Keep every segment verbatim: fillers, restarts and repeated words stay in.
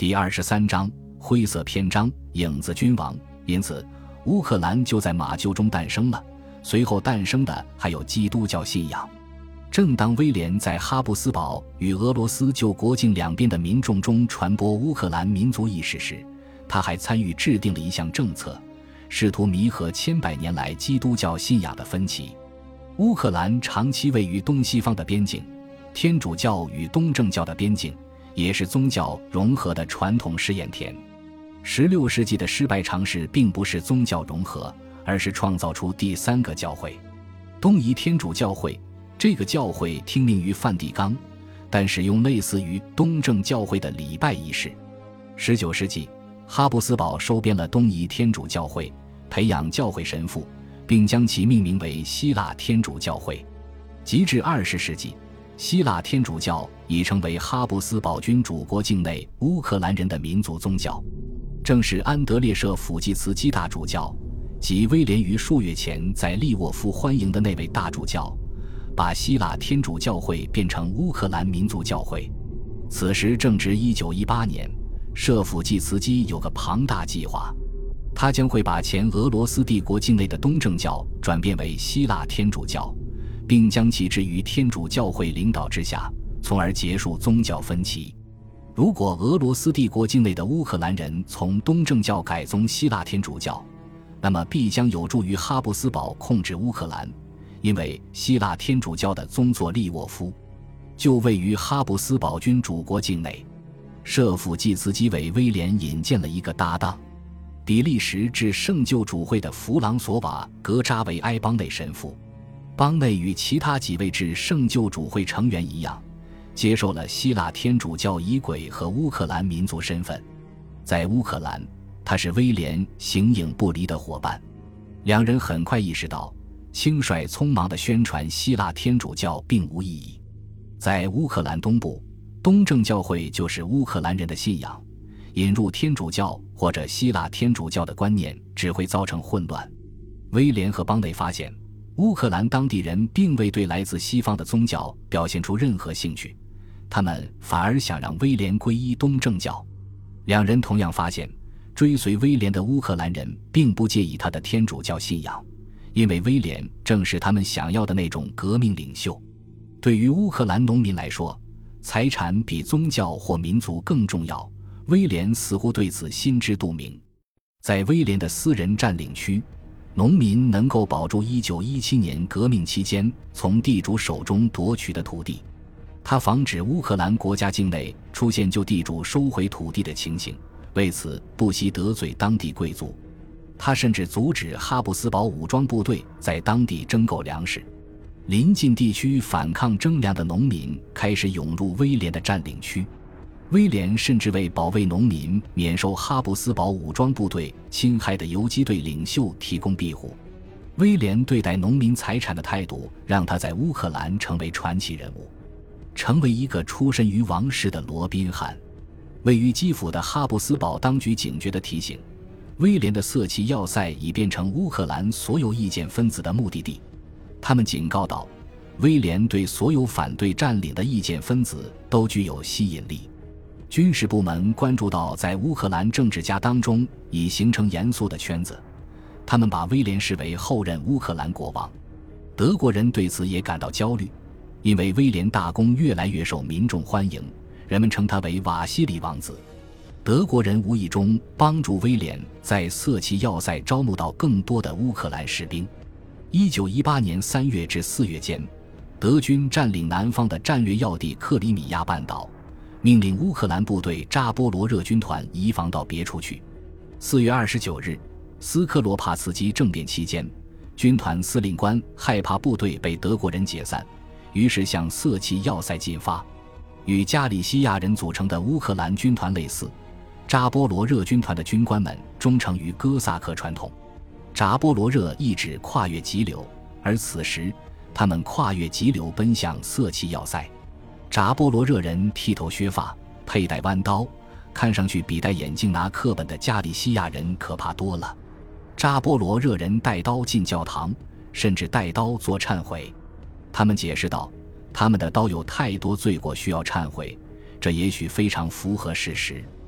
第二十三章灰色篇章，影子君王。因此乌克兰就在马厩中诞生了，随后诞生的还有基督教信仰。正当威廉在哈布斯堡与俄罗斯就国境两边的民众中传播乌克兰民族意识时，他还参与制定了一项政策，试图弥合千百年来基督教信仰的分歧。乌克兰长期位于东西方的边境，天主教与东正教的边境，也是宗教融合的传统试验田。十六世纪的失败尝试并不是宗教融合，而是创造出第三个教会——东仪天主教会。这个教会听命于梵蒂冈，但使用类似于东正教会的礼拜仪式。十九世纪，哈布斯堡收编了东仪天主教会，培养教会神父，并将其命名为希腊天主教会。及至二十世纪，希腊天主教已成为哈布斯堡君主国境内乌克兰人的民族宗教。正是安德烈舍甫季茨基大主教，即威廉于数月前在利沃夫欢迎的那位大主教，把希腊天主教会变成乌克兰民族教会。此时正值一九一八年，舍甫季茨基有个庞大计划，他将会把前俄罗斯帝国境内的东正教转变为希腊天主教，并将其置于天主教会领导之下，从而结束宗教分歧。如果俄罗斯帝国境内的乌克兰人从东正教改宗希腊天主教，那么必将有助于哈布斯堡控制乌克兰，因为希腊天主教的宗座利沃夫就位于哈布斯堡君主国境内。舍甫季茨基为威廉引荐了一个搭档，比利时至圣救主会的弗朗索瓦·格扎维埃邦内神父。邦内与其他几位至圣救主会成员一样，接受了希腊天主教仪轨和乌克兰民族身份。在乌克兰，他是威廉形影不离的伙伴。两人很快意识到，轻率匆忙地宣传希腊天主教并无意义。在乌克兰东部，东正教会就是乌克兰人的信仰，引入天主教或者希腊天主教的观念只会造成混乱。威廉和邦内发现，乌克兰当地人并未对来自西方的宗教表现出任何兴趣，他们反而想让威廉皈依东正教。两人同样发现，追随威廉的乌克兰人并不介意他的天主教信仰，因为威廉正是他们想要的那种革命领袖。对于乌克兰农民来说，财产比宗教或民族更重要，威廉似乎对此心知肚明。在威廉的私人占领区，农民能够保住一九一七年革命期间从地主手中夺取的土地。他防止乌克兰国家境内出现旧地主收回土地的情形，为此不惜得罪当地贵族。他甚至阻止哈布斯堡武装部队在当地征购粮食。邻近地区反抗征粮的农民开始涌入威廉的占领区，威廉甚至为保卫农民免受哈布斯堡武装部队侵害的游击队领袖提供庇护。威廉对待农民财产的态度让他在乌克兰成为传奇人物，成为一个出身于王室的罗宾汉。位于基辅的哈布斯堡当局警觉地提醒，威廉的色气要塞已变成乌克兰所有意见分子的目的地。他们警告道，威廉对所有反对占领的意见分子都具有吸引力。军事部门关注到在乌克兰政治家当中已形成严肃的圈子，他们把威廉视为后任乌克兰国王。德国人对此也感到焦虑，因为威廉大公越来越受民众欢迎，人们称他为瓦西里王子。德国人无意中帮助威廉在色气要塞招募到更多的乌克兰士兵。一九一八年三月至四月间，德军占领南方的战略要地克里米亚半岛，命令乌克兰部队扎波罗热军团移防到别处去。四月二十九日，斯科罗帕茨基政变期间，军团司令官害怕部队被德国人解散，于是向色气要塞进发。与加里西亚人组成的乌克兰军团类似，扎波罗热军团的军官们忠诚于哥萨克传统。扎波罗热意指跨越急流，而此时他们跨越急流奔向色气要塞。扎波罗热人剃头削发，佩戴弯刀，看上去比戴眼镜拿课本的加里西亚人可怕多了。扎波罗热人带刀进教堂，甚至带刀做忏悔。他们解释道，他们的刀有太多罪过需要忏悔，这也许非常符合事实。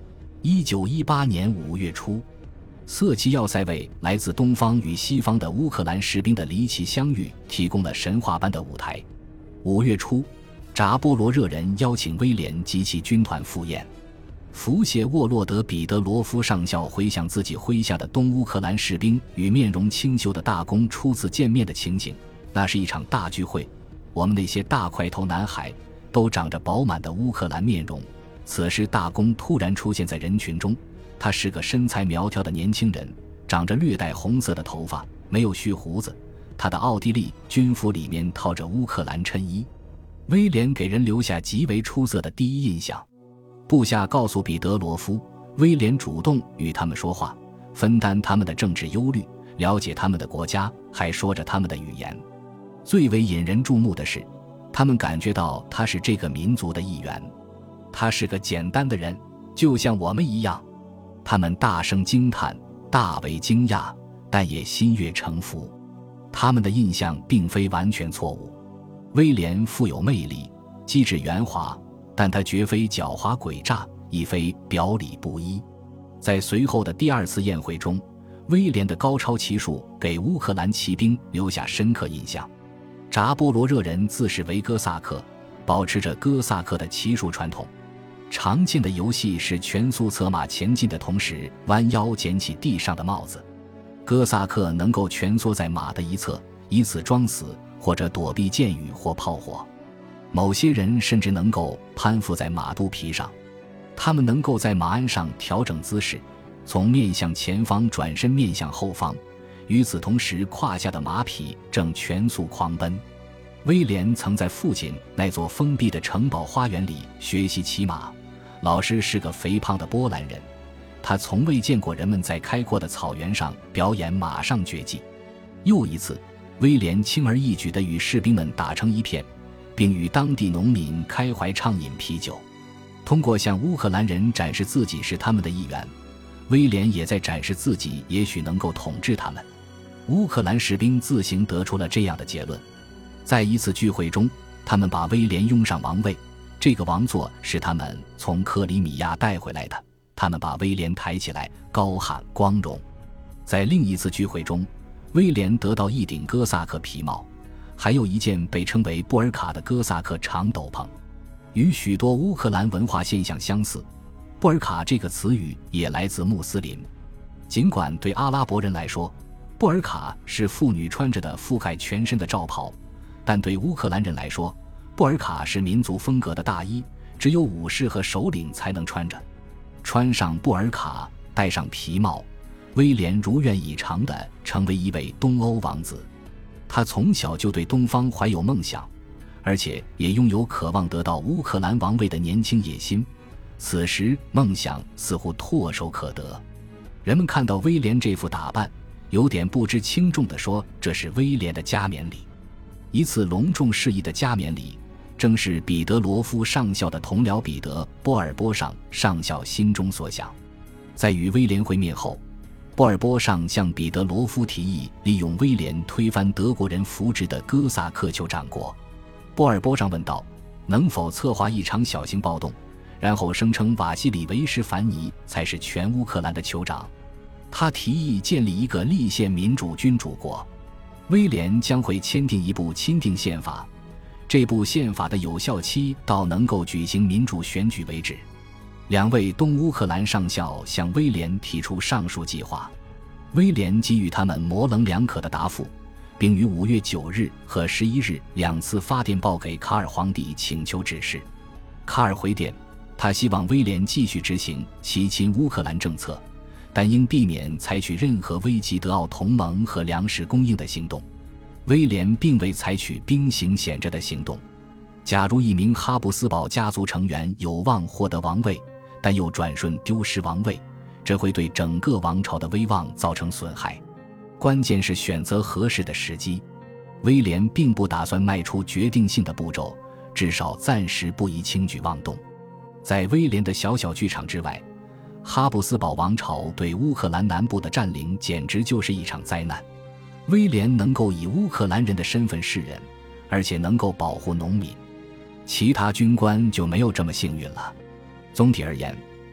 一九一八年五月初，瑟奇要塞为来自东方与西方的乌克兰士兵的离奇相遇提供了神话般的舞台。五月初，扎波罗热人邀请威廉及其军团赴宴。福谢沃洛德彼得罗夫上校回想自己麾下的东乌克兰士兵与面容清秀的大公初次见面的情景，那是一场大聚会，我们那些大块头男孩都长着饱满的乌克兰面容。此时大公突然出现在人群中，他是个身材苗条的年轻人，长着略带红色的头发，没有须胡子，他的奥地利军服里面套着乌克兰衬衣。威廉给人留下极为出色的第一印象。部下告诉彼得罗夫，威廉主动与他们说话，分担他们的政治忧虑，了解他们的国家，还说着他们的语言。最为引人注目的是，他们感觉到他是这个民族的一员。他是个简单的人，就像我们一样。他们大声惊叹，大为惊讶，但也心悦诚服。他们的印象并非完全错误。威廉富有魅力，机智圆滑，但他绝非狡猾诡诈，亦非表里不一。在随后的第二次宴会中，威廉的高超骑术给乌克兰骑兵留下深刻印象。扎波罗热人自视为哥萨克，保持着哥萨克的骑术传统。常见的游戏是全速策马前进的同时弯腰捡起地上的帽子。哥萨克能够蜷缩在马的一侧，以此装死或者躲避箭雨或炮火。某些人甚至能够攀附在马肚皮上，他们能够在马鞍上调整姿势，从面向前方转身面向后方，与此同时胯下的马匹正全速狂奔。威廉曾在父亲那座封闭的城堡花园里学习骑马，老师是个肥胖的波兰人，他从未见过人们在开阔的草原上表演马上绝技。又一次，威廉轻而易举地与士兵们打成一片，并与当地农民开怀畅饮啤酒。通过向乌克兰人展示自己是他们的一员，威廉也在展示自己也许能够统治他们。乌克兰士兵自行得出了这样的结论。在一次聚会中，他们把威廉拥上王位，这个王座是他们从克里米亚带回来的。他们把威廉抬起来，高喊光荣。在另一次聚会中，威廉得到一顶哥萨克皮帽，还有一件被称为布尔卡的哥萨克长斗篷。与许多乌克兰文化现象相似，布尔卡这个词语也来自穆斯林。尽管对阿拉伯人来说，布尔卡是妇女穿着的覆盖全身的罩袍，但对乌克兰人来说，布尔卡是民族风格的大衣，只有武士和首领才能穿着。穿上布尔卡，戴上皮帽，威廉如愿以偿地成为一位东欧王子。他从小就对东方怀有梦想，而且也拥有渴望得到乌克兰王位的年轻野心。此时梦想似乎唾手可得。人们看到威廉这副打扮，有点不知轻重地说这是威廉的加冕礼。一次隆重适宜的加冕礼，正是彼得罗夫上校的同僚彼得·波尔波上上校心中所想。在与威廉会面后，波尔波上向彼得罗夫提议利用威廉推翻德国人扶植的哥萨克酋长国。波尔波上问道，能否策划一场小型暴动，然后声称瓦西里维什凡尼才是全乌克兰的酋长。他提议建立一个立宪民主君主国，威廉将会签订一部钦定宪法，这部宪法的有效期到能够举行民主选举为止。两位东乌克兰上校向威廉提出上述计划，威廉给予他们模棱两可的答复，并于五月九日和十一日两次发电报给卡尔皇帝请求指示。卡尔回电，他希望威廉继续执行其亲乌克兰政策，但应避免采取任何危及德奥同盟和粮食供应的行动。威廉并未采取兵行险着的行动。假如一名哈布斯堡家族成员有望获得王位，但又转瞬丢失王位，这会对整个王朝的威望造成损害。关键是选择合适的时机。威廉并不打算迈出决定性的步骤，至少暂时不宜轻举妄动。在威廉的小小剧场之外，哈布斯堡王朝对乌克兰南部的占领简直就是一场灾难。威廉能够以乌克兰人的身份示人，而且能够保护农民，其他军官就没有这么幸运了。总体而言，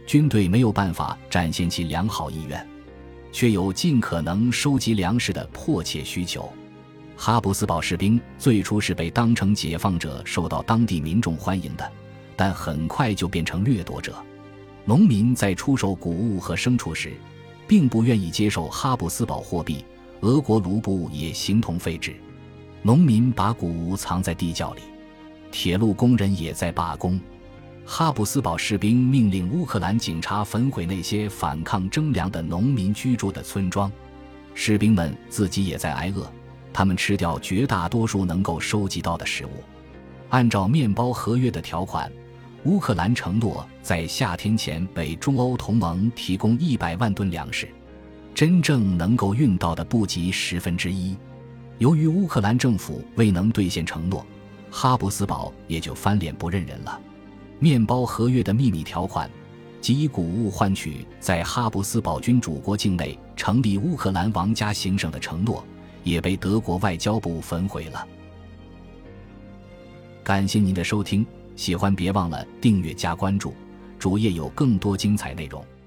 军队没有办法展现其良好意愿，却有尽可能收集粮食的迫切需求。哈布斯堡士兵最初是被当成解放者受到当地民众欢迎的，但很快就变成掠夺者。农民在出售谷物和牲畜时，并不愿意接受哈布斯堡货币，俄国卢布也形同废纸。农民把谷物藏在地窖里，铁路工人也在罢工。哈布斯堡士兵命令乌克兰警察焚毁那些反抗征粮的农民居住的村庄，士兵们自己也在挨饿，他们吃掉绝大多数能够收集到的食物。按照面包合约的条款，乌克兰承诺在夏天前为中欧同盟提供一百万吨粮食，真正能够运到的不及十分之一。由于乌克兰政府未能兑现承诺，哈布斯堡也就翻脸不认人了。面包合约的秘密条款，即以谷物换取在哈布斯堡君主国境内成立乌克兰王家行省的承诺，也被德国外交部焚毁了。感谢您的收听，喜欢别忘了订阅加关注，主页有更多精彩内容。